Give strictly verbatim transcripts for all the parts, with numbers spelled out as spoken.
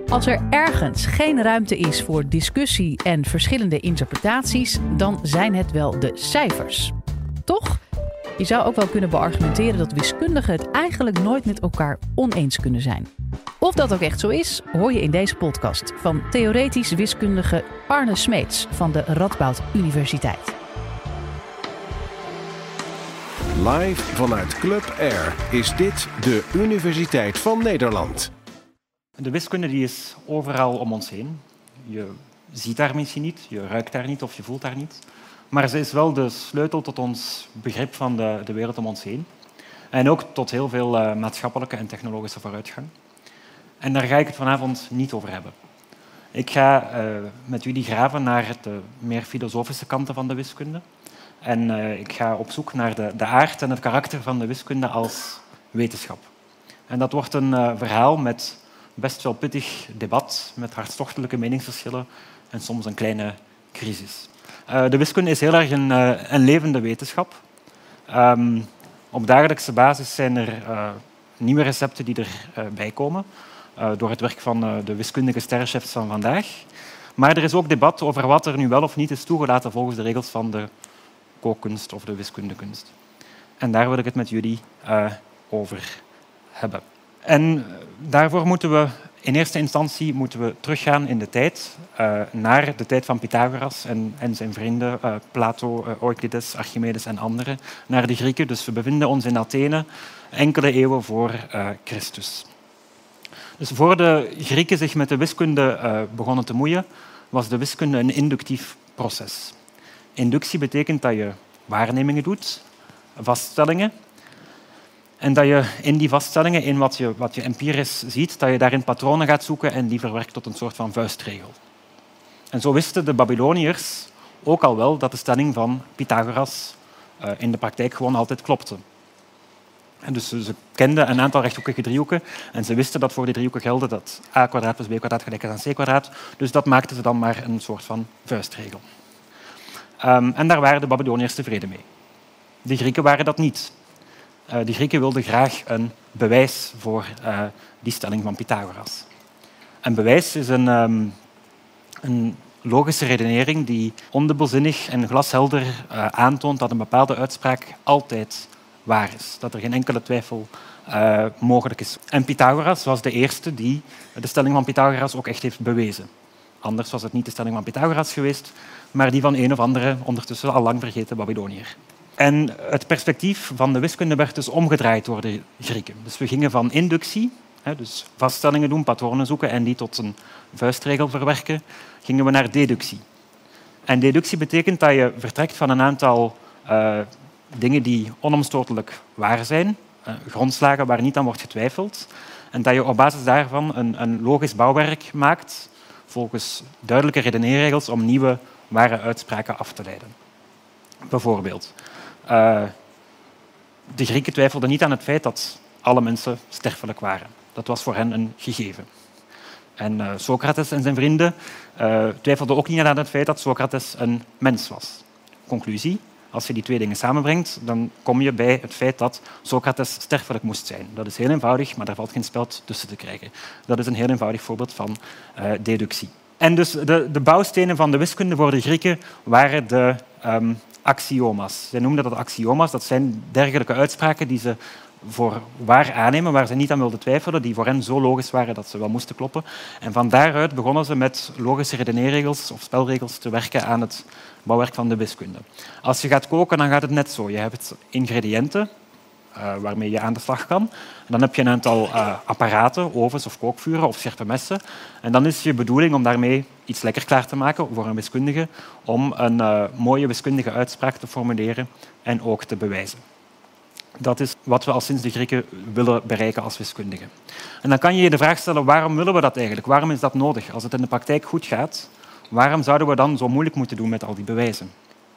Als er ergens geen ruimte is voor discussie en verschillende interpretaties, dan zijn het wel de cijfers. Toch? Je zou ook wel kunnen beargumenteren dat wiskundigen het eigenlijk nooit met elkaar oneens kunnen zijn. Of dat ook echt zo is, hoor je in deze podcast van theoretisch wiskundige Arne Smeets van de Radboud Universiteit. Live vanuit Club Air is dit de Universiteit van Nederland. De wiskunde die is overal om ons heen. Je ziet haar misschien niet, je ruikt haar niet of je voelt haar niet. Maar ze is wel de sleutel tot ons begrip van de, de wereld om ons heen. En ook tot heel veel uh, maatschappelijke en technologische vooruitgang. En daar ga ik het vanavond niet over hebben. Ik ga uh, met jullie graven naar de meer filosofische kanten van de wiskunde. En uh, ik ga op zoek naar de, de aard en het karakter van de wiskunde als wetenschap. En dat wordt een uh, verhaal met best wel pittig debat, met hartstochtelijke meningsverschillen en soms een kleine crisis. Uh, de wiskunde is heel erg een, uh, een levende wetenschap. Um, op dagelijkse basis zijn er uh, nieuwe recepten die erbij uh, komen, uh, door het werk van uh, de wiskundige sterrenchefs van vandaag. Maar er is ook debat over wat er nu wel of niet is toegelaten volgens de regels van de kookkunst of de wiskundekunst. En daar wil ik het met jullie uh, over hebben. En daarvoor moeten we in eerste instantie moeten we teruggaan in de tijd, uh, naar de tijd van Pythagoras en, en zijn vrienden, uh, Plato, uh, Euclides, Archimedes en anderen, naar de Grieken. Dus we bevinden ons in Athene, enkele eeuwen voor uh, Christus. Dus voor de Grieken zich met de wiskunde uh, begonnen te moeien, was de wiskunde een inductief proces. Inductie betekent dat je waarnemingen doet, vaststellingen, en dat je in die vaststellingen, in wat je, wat je empirisch ziet, dat je daarin patronen gaat zoeken en die verwerkt tot een soort van vuistregel. En zo wisten de Babyloniërs ook al wel dat de stelling van Pythagoras uh, in de praktijk gewoon altijd klopte. En dus ze kenden een aantal rechthoekige driehoeken en ze wisten dat voor die driehoeken gelde dat a kwadraat plus b kwadraat gelijk is aan c kwadraat. Dus dat maakten ze dan maar een soort van vuistregel. Um, en daar waren de Babyloniërs tevreden mee. De Grieken waren dat niet. Uh, de Grieken wilden graag een bewijs voor uh, die stelling van Pythagoras. Een bewijs is een, um, een logische redenering die ondubbelzinnig en glashelder uh, aantoont dat een bepaalde uitspraak altijd waar is. Dat er geen enkele twijfel uh, mogelijk is. En Pythagoras was de eerste die de stelling van Pythagoras ook echt heeft bewezen. Anders was het niet de stelling van Pythagoras geweest, maar die van een of andere, ondertussen al lang vergeten Babyloniër. En het perspectief van de wiskunde werd dus omgedraaid door de Grieken. Dus we gingen van inductie, dus vaststellingen doen, patronen zoeken en die tot een vuistregel verwerken, gingen we naar deductie. En deductie betekent dat je vertrekt van een aantal uh, dingen die onomstotelijk waar zijn, uh, grondslagen waar niet aan wordt getwijfeld, en dat je op basis daarvan een, een logisch bouwwerk maakt, volgens duidelijke redeneerregels om nieuwe ware uitspraken af te leiden. Bijvoorbeeld, uh, de Grieken twijfelden niet aan het feit dat alle mensen sterfelijk waren. Dat was voor hen een gegeven. En uh, Socrates en zijn vrienden uh, twijfelden ook niet aan het feit dat Socrates een mens was. Conclusie, als je die twee dingen samenbrengt, dan kom je bij het feit dat Socrates sterfelijk moest zijn. Dat is heel eenvoudig, maar daar valt geen speld tussen te krijgen. Dat is een heel eenvoudig voorbeeld van uh, deductie. En dus de, de bouwstenen van de wiskunde voor de Grieken waren de um, axioma's. Zij noemden dat axioma's. Dat zijn dergelijke uitspraken die ze voor waar aannemen, waar ze niet aan wilden twijfelen, die voor hen zo logisch waren dat ze wel moesten kloppen. En van daaruit begonnen ze met logische redeneerregels of spelregels te werken aan het bouwwerk van de wiskunde. Als je gaat koken, dan gaat het net zo. Je hebt ingrediënten uh, waarmee je aan de slag kan. En dan heb je een aantal uh, apparaten, ovens of kookvuren of scherpe messen. En dan is je bedoeling om daarmee iets lekker klaar te maken voor een wiskundige, om een uh, mooie wiskundige uitspraak te formuleren en ook te bewijzen. Dat is wat we al sinds de Grieken willen bereiken als wiskundigen. En dan kan je je de vraag stellen, waarom willen we dat eigenlijk? Waarom is dat nodig? Als het in de praktijk goed gaat, waarom zouden we dan zo moeilijk moeten doen met al die bewijzen?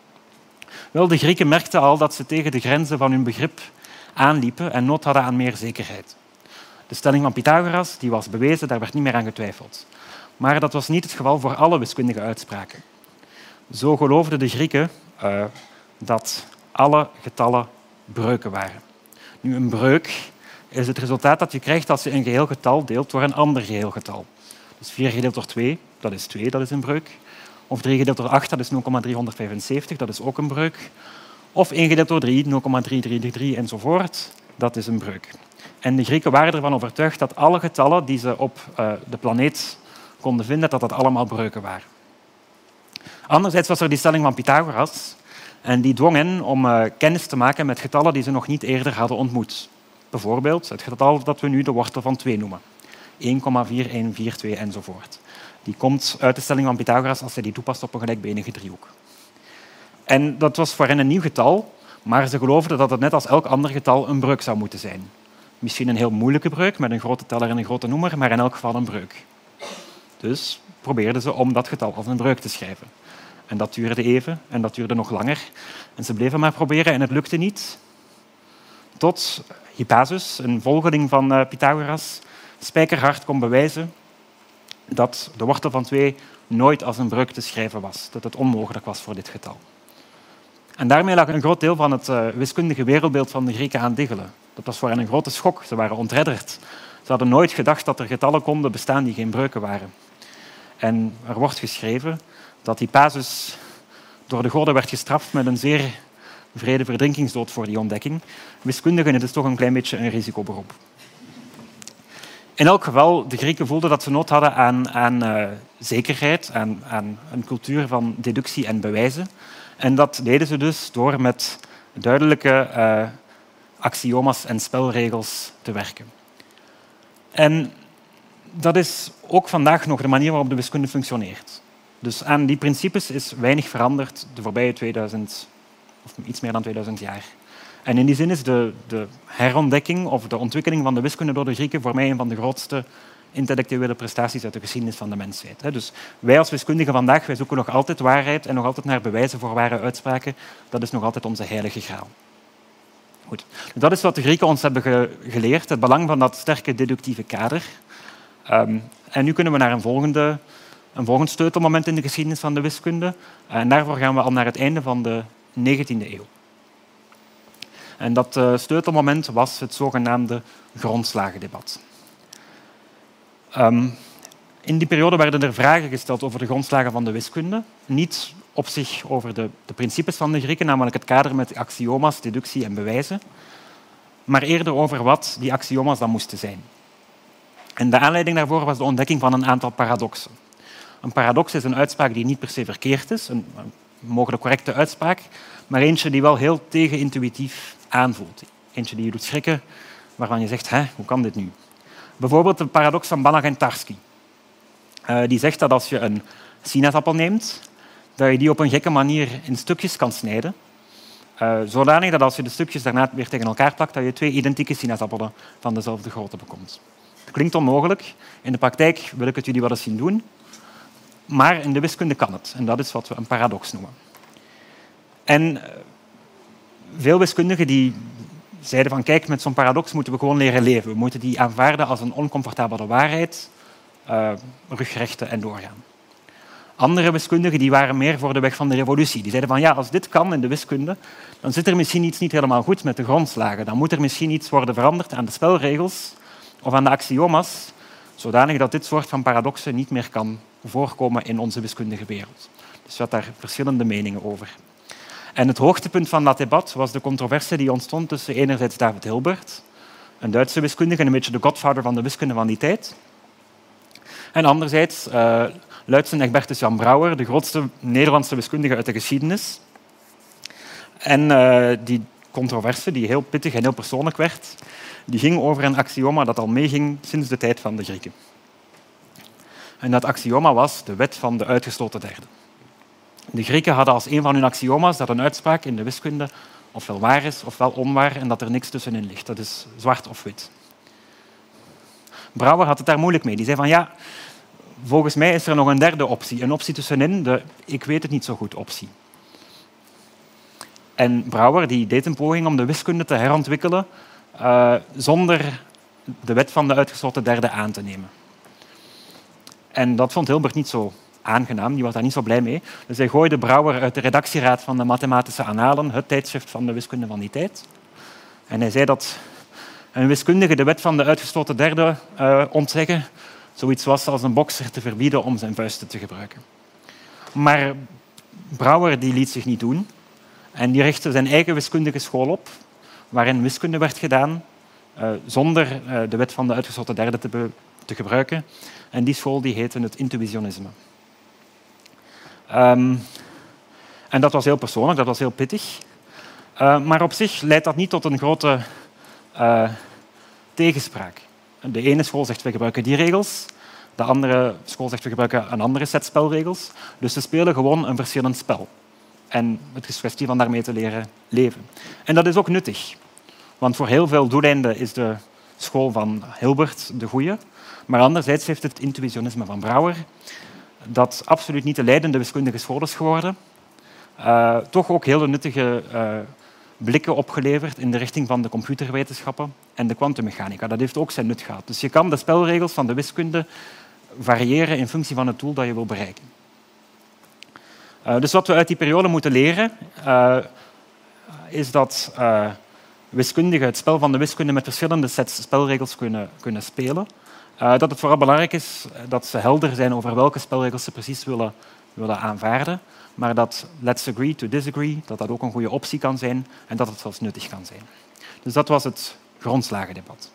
Wel, de Grieken merkten al dat ze tegen de grenzen van hun begrip aanliepen en nood hadden aan meer zekerheid. De stelling van Pythagoras die was bewezen, daar werd niet meer aan getwijfeld. Maar dat was niet het geval voor alle wiskundige uitspraken. Zo geloofden de Grieken uh, dat alle getallen breuken waren. Nu, een breuk is het resultaat dat je krijgt als je een geheel getal deelt door een ander geheel getal. Dus vier gedeeld door twee, dat is twee, dat is een breuk. Of drie gedeeld door acht, dat is nul komma driehonderdvijfenzeventig, dat is ook een breuk. Of één gedeeld door drie, nul komma drie drie drie drie enzovoort, dat is een breuk. En de Grieken waren ervan overtuigd dat alle getallen die ze op uh, de planeet konden vinden, dat dat allemaal breuken waren. Anderzijds was er die stelling van Pythagoras en die dwong hen om uh, kennis te maken met getallen die ze nog niet eerder hadden ontmoet. Bijvoorbeeld het getal dat we nu de wortel van twee noemen. één komma vier een vier twee enzovoort. Die komt uit de stelling van Pythagoras als hij die toepast op een gelijkbenige driehoek. En dat was voor hen een nieuw getal, maar ze geloofden dat het net als elk ander getal een breuk zou moeten zijn. Misschien een heel moeilijke breuk met een grote teller en een grote noemer, maar in elk geval een breuk. Dus probeerden ze om dat getal als een breuk te schrijven. En dat duurde even en dat duurde nog langer. En ze bleven maar proberen en het lukte niet. Tot Hippasus, een volgeling van uh, Pythagoras, spijkerhard kon bewijzen dat de wortel van twee nooit als een breuk te schrijven was. Dat het onmogelijk was voor dit getal. En daarmee lag een groot deel van het uh, wiskundige wereldbeeld van de Grieken aan diggelen. Dat was voor hen een grote schok. Ze waren ontredderd. Ze hadden nooit gedacht dat er getallen konden bestaan die geen breuken waren. En er wordt geschreven dat Hippasus door de goden werd gestraft met een zeer wrede verdrinkingsdood voor die ontdekking. Wiskundigen, het is toch een klein beetje een risicoberoep. In elk geval, de Grieken voelden dat ze nood hadden aan, aan uh, zekerheid, aan, aan een cultuur van deductie en bewijzen. En dat deden ze dus door met duidelijke uh, axioma's en spelregels te werken. En dat is ook vandaag nog de manier waarop de wiskunde functioneert. Dus aan die principes is weinig veranderd de voorbije tweeduizend, of iets meer dan tweeduizend jaar. En in die zin is de, de herontdekking of de ontwikkeling van de wiskunde door de Grieken voor mij een van de grootste intellectuele prestaties uit de geschiedenis van de mensheid. Dus wij als wiskundigen vandaag, wij zoeken nog altijd waarheid en nog altijd naar bewijzen voor ware uitspraken. Dat is nog altijd onze heilige graal. Goed. Dat is wat de Grieken ons hebben ge- geleerd, het belang van dat sterke deductieve kader. Um, en nu kunnen we naar een volgende, een volgend sleutelmoment in de geschiedenis van de wiskunde. En daarvoor gaan we al naar het einde van de negentiende eeuw. En dat uh, sleutelmoment was het zogenaamde grondslagendebat. Um, in die periode werden er vragen gesteld over de grondslagen van de wiskunde. Niet op zich over de, de principes van de Grieken, namelijk het kader met axioma's, deductie en bewijzen, maar eerder over wat die axioma's dan moesten zijn. En de aanleiding daarvoor was de ontdekking van een aantal paradoxen. Een paradox is een uitspraak die niet per se verkeerd is, een, een mogelijk correcte uitspraak, maar eentje die wel heel tegenintuïtief aanvoelt. Eentje die je doet schrikken, waarvan je zegt, hè, hoe kan dit nu? Bijvoorbeeld de paradox van Banach en Tarski. Uh, die zegt dat als je een sinaasappel neemt, dat je die op een gekke manier in stukjes kan snijden, uh, zodanig dat als je de stukjes daarna weer tegen elkaar plakt, dat je twee identieke sinaasappelen van dezelfde grootte bekomt. Het klinkt onmogelijk. In de praktijk wil ik het jullie wel eens zien doen. Maar in de wiskunde kan het. En dat is wat we een paradox noemen. En veel wiskundigen die zeiden van kijk, met zo'n paradox moeten we gewoon leren leven. We moeten die aanvaarden als een oncomfortabele waarheid, uh, rugrechten en doorgaan. Andere wiskundigen die waren meer voor de weg van de revolutie. Die zeiden van ja, als dit kan in de wiskunde, dan zit er misschien iets niet helemaal goed met de grondslagen. Dan moet er misschien iets worden veranderd aan de spelregels of aan de axioma's, zodanig dat dit soort van paradoxen niet meer kan voorkomen in onze wiskundige wereld. Dus je had daar verschillende meningen over. En het hoogtepunt van dat debat was de controverse die ontstond tussen enerzijds David Hilbert, een Duitse wiskundige en een beetje de godvader van de wiskunde van die tijd, en anderzijds uh, Luitsen Egbertus Jan Brouwer, de grootste Nederlandse wiskundige uit de geschiedenis. En uh, die controverse, die heel pittig en heel persoonlijk werd, die ging over een axioma dat al meeging sinds de tijd van de Grieken. En dat axioma was de wet van de uitgesloten derde. De Grieken hadden als een van hun axioma's dat een uitspraak in de wiskunde ofwel waar is ofwel onwaar en dat er niks tussenin ligt. Dat is zwart of wit. Brouwer had het daar moeilijk mee. Die zei van ja, volgens mij is er nog een derde optie. Een optie tussenin, de ik weet het niet zo goed optie. En Brouwer die deed een poging om de wiskunde te herontwikkelen uh, zonder de wet van de uitgesloten derde aan te nemen. En dat vond Hilbert niet zo aangenaam, die was daar niet zo blij mee. Dus hij gooide Brouwer uit de redactieraad van de Mathematische Annalen, het tijdschrift van de wiskunde van die tijd. En hij zei dat een wiskundige de wet van de uitgesloten derde uh, ontzeggen Zoiets was als een bokser te verbieden om zijn vuisten te gebruiken. Maar Brouwer die liet zich niet doen en die richtte zijn eigen wiskundige school op, waarin wiskunde werd gedaan uh, zonder uh, de wet van de uitgesloten derde te, be- te gebruiken. En die school die heette het intuïtionisme. Um, en dat was heel persoonlijk, dat was heel pittig. Uh, maar op zich leidt dat niet tot een grote uh, tegenspraak. De ene school zegt we gebruiken die regels, de andere school zegt we gebruiken een andere set spelregels. Dus ze spelen gewoon een verschillend spel. En het is kwestie van daarmee te leren leven. En dat is ook nuttig. Want voor heel veel doeleinden is de school van Hilbert de goeie. Maar anderzijds heeft het intuïtionisme van Brouwer, dat absoluut niet de leidende wiskundige school is geworden, uh, toch ook hele nuttige uh, blikken opgeleverd in de richting van de computerwetenschappen en de kwantummechanica. Dat heeft ook zijn nut gehad. Dus je kan de spelregels van de wiskunde variëren in functie van het doel dat je wil bereiken. Uh, dus wat we uit die periode moeten leren, uh, is dat uh, wiskundigen het spel van de wiskunde met verschillende sets spelregels kunnen, kunnen spelen. Uh, dat het vooral belangrijk is dat ze helder zijn over welke spelregels ze precies willen, willen aanvaarden, maar dat let's agree to disagree, dat dat ook een goede optie kan zijn en dat het zelfs nuttig kan zijn. Dus dat was het grondslagendebat.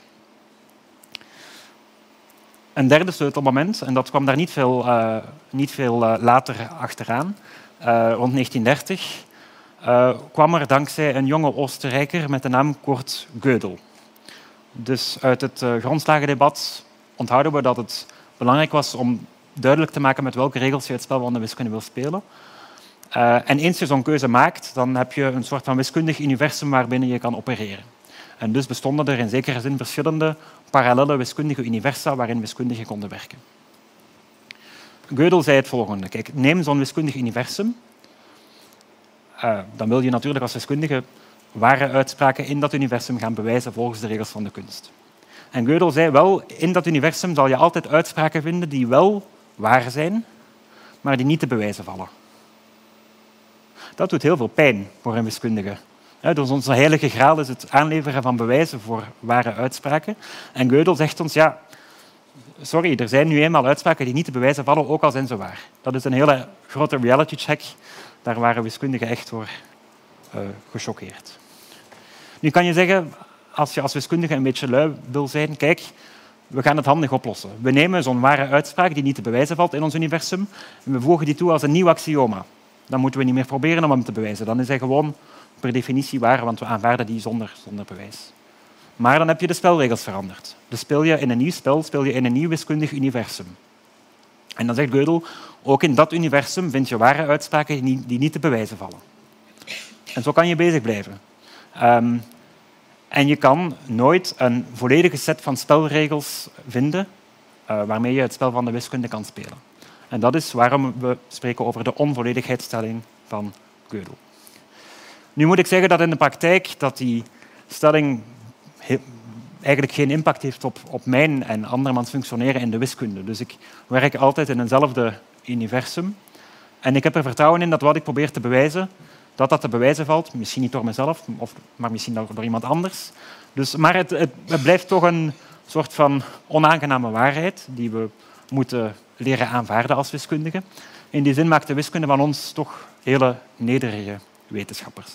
Een derde sleutelmoment, en dat kwam daar niet veel, uh, niet veel uh, later achteraan, uh, rond negentien dertig, uh, kwam er dankzij een jonge Oostenrijker met de naam Kurt Gödel. Dus uit het uh, grondslagendebat onthouden we dat het belangrijk was om duidelijk te maken met welke regels je het spel van de wiskunde wil spelen. Uh, en eens je zo'n keuze maakt, dan heb je een soort van wiskundig universum waarbinnen je kan opereren. En dus bestonden er in zekere zin verschillende parallele wiskundige universa waarin wiskundigen konden werken. Gödel zei het volgende. Kijk, neem zo'n wiskundig universum. Uh, dan wil je natuurlijk als wiskundige ware uitspraken in dat universum gaan bewijzen volgens de regels van de kunst. En Gödel zei wel, in dat universum zal je altijd uitspraken vinden die wel waar zijn, maar die niet te bewijzen vallen. Dat doet heel veel pijn voor een wiskundige. Dus onze heilige graal is het aanleveren van bewijzen voor ware uitspraken. En Gödel zegt ons, ja, sorry, er zijn nu eenmaal uitspraken die niet te bewijzen vallen, ook al zijn ze waar. Dat is een hele grote reality check. Daar waren wiskundigen echt door uh, gechoqueerd. Nu kan je zeggen, als je als wiskundige een beetje lui wil zijn, kijk, we gaan het handig oplossen. We nemen zo'n ware uitspraak die niet te bewijzen valt in ons universum en we voegen die toe als een nieuw axioma. Dan moeten we niet meer proberen om hem te bewijzen. Dan is hij gewoon per definitie waar, want we aanvaarden die zonder, zonder bewijs. Maar dan heb je de spelregels veranderd. Dus speel je in een nieuw spel, speel je in een nieuw wiskundig universum. En dan zegt Gödel, ook in dat universum vind je ware uitspraken die niet, die niet te bewijzen vallen. En zo kan je bezig blijven. Um, en je kan nooit een volledige set van spelregels vinden uh, waarmee je het spel van de wiskunde kan spelen. En dat is waarom we spreken over de onvolledigheidsstelling van Gödel. Nu moet ik zeggen dat in de praktijk dat die stelling eigenlijk geen impact heeft op, op mijn en andermans functioneren in de wiskunde. Dus ik werk altijd in eenzelfde universum. En ik heb er vertrouwen in dat wat ik probeer te bewijzen, dat dat te bewijzen valt. Misschien niet door mezelf, of, maar misschien door, door iemand anders. Dus, maar het, het, het blijft toch een soort van onaangename waarheid die we moeten leren aanvaarden als wiskundigen. In die zin maakt de wiskunde van ons toch hele nederige wetenschappers.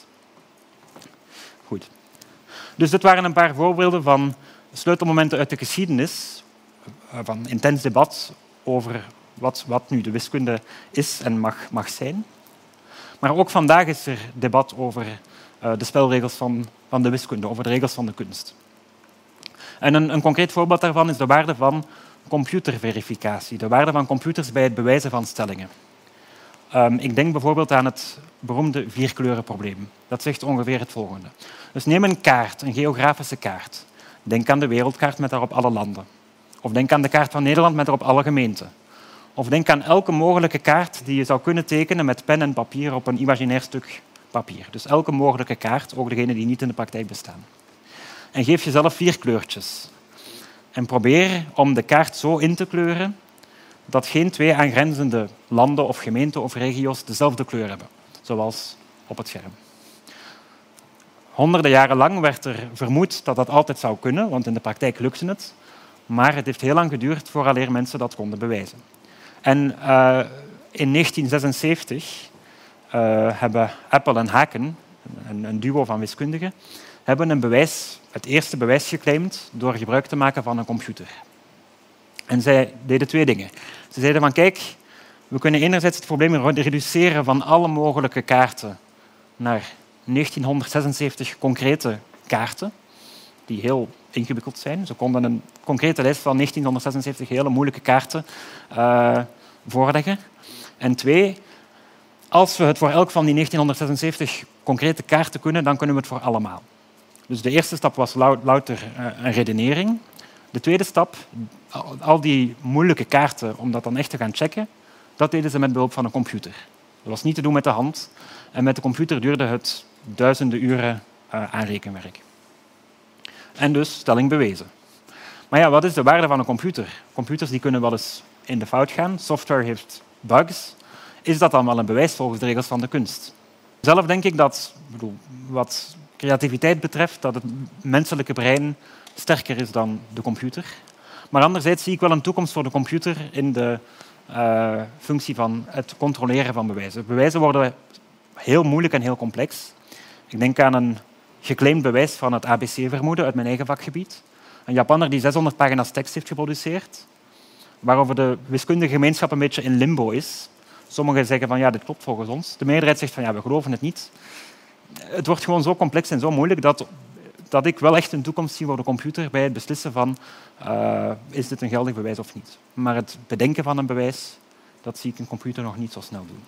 Goed. Dus dit waren een paar voorbeelden van sleutelmomenten uit de geschiedenis, van intens debat over wat, wat nu de wiskunde is en mag, mag zijn. Maar ook vandaag is er debat over uh, de spelregels van, van de wiskunde, over de regels van de kunst. En een, een concreet voorbeeld daarvan is de waarde van computerverificatie, de waarde van computers bij het bewijzen van stellingen. Um, ik denk bijvoorbeeld aan het beroemde vierkleurenprobleem. Dat zegt ongeveer het volgende. Dus neem een kaart, een geografische kaart. Denk aan de wereldkaart met daarop alle landen. Of denk aan de kaart van Nederland met daarop alle gemeenten. Of denk aan elke mogelijke kaart die je zou kunnen tekenen met pen en papier op een imaginair stuk papier. Dus elke mogelijke kaart, ook degene die niet in de praktijk bestaan. En geef jezelf vier kleurtjes. En probeer om de kaart zo in te kleuren dat geen twee aangrenzende landen of gemeenten of regio's dezelfde kleur hebben, zoals op het scherm. Honderden jaren lang werd er vermoed dat dat altijd zou kunnen, want in de praktijk lukte het. Maar het heeft heel lang geduurd vooraleer mensen dat konden bewijzen. En uh, in negentien zesenzeventig uh, hebben Apple en Haken, een, een duo van wiskundigen, hebben een bewijs, het eerste bewijs geclaimd door gebruik te maken van een computer. En zij deden twee dingen. Ze zeiden van kijk, we kunnen enerzijds het probleem reduceren van alle mogelijke kaarten naar negentienhonderdzesenzeventig concrete kaarten, die heel ingewikkeld zijn. Ze konden een concrete lijst van negentienhonderdzesenzeventig hele moeilijke kaarten uh, voorleggen. En twee, als we het voor elk van die negentienhonderdzesenzeventig concrete kaarten kunnen, dan kunnen we het voor allemaal. Dus de eerste stap was louter uh, een redenering. De tweede stap, al die moeilijke kaarten, om dat dan echt te gaan checken, dat deden ze met behulp van een computer. Dat was niet te doen met de hand. En met de computer duurde het duizenden uren uh, aan rekenwerk. En dus stelling bewezen. Maar ja, wat is de waarde van een computer? Computers die kunnen wel eens in de fout gaan. Software heeft bugs. Is dat dan wel een bewijs volgens de regels van de kunst? Zelf denk ik dat, bedoel, wat creativiteit betreft, dat het menselijke brein sterker is dan de computer. Maar anderzijds zie ik wel een toekomst voor de computer in de uh, functie van het controleren van bewijzen. Bewijzen worden heel moeilijk en heel complex. Ik denk aan een geclaimd bewijs van het A B C-vermoeden uit mijn eigen vakgebied. Een Japanner die zeshonderd pagina's tekst heeft geproduceerd, waarover de wiskundige gemeenschap een beetje in limbo is. Sommigen zeggen van ja, dit klopt volgens ons. De meerderheid zegt van ja, we geloven het niet. Het wordt gewoon zo complex en zo moeilijk dat, dat ik wel echt een toekomst zie voor de computer bij het beslissen van uh, is dit een geldig bewijs of niet. Maar het bedenken van een bewijs, dat zie ik een computer nog niet zo snel doen.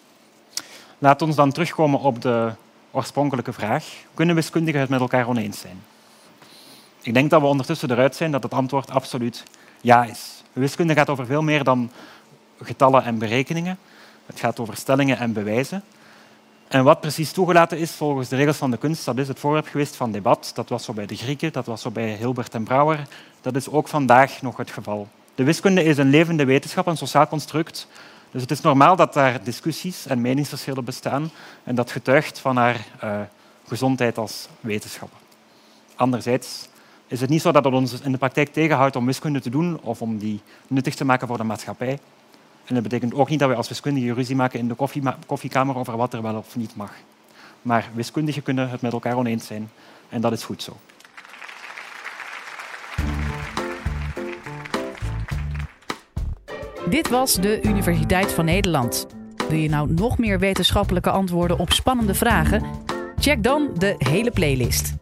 Laat ons dan terugkomen op de oorspronkelijke vraag. Kunnen wiskundigen het met elkaar oneens zijn? Ik denk dat we ondertussen eruit zijn dat het antwoord absoluut ja is. Wiskunde gaat over veel meer dan getallen en berekeningen. Het gaat over stellingen en bewijzen. En wat precies toegelaten is volgens de regels van de kunst, dat is het voorwerp geweest van debat. Dat was zo bij de Grieken, dat was zo bij Hilbert en Brouwer. Dat is ook vandaag nog het geval. De wiskunde is een levende wetenschap, een sociaal construct. Dus het is normaal dat daar discussies en meningsverschillen bestaan en dat getuigt van haar uh, gezondheid als wetenschap. Anderzijds is het niet zo dat het ons in de praktijk tegenhoudt om wiskunde te doen of om die nuttig te maken voor de maatschappij. En dat betekent ook niet dat wij als wiskundigen ruzie maken in de koffiema- koffiekamer over wat er wel of niet mag. Maar wiskundigen kunnen het met elkaar oneens zijn en dat is goed zo. Dit was de Universiteit van Nederland. Wil je nou nog meer wetenschappelijke antwoorden op spannende vragen? Check dan de hele playlist.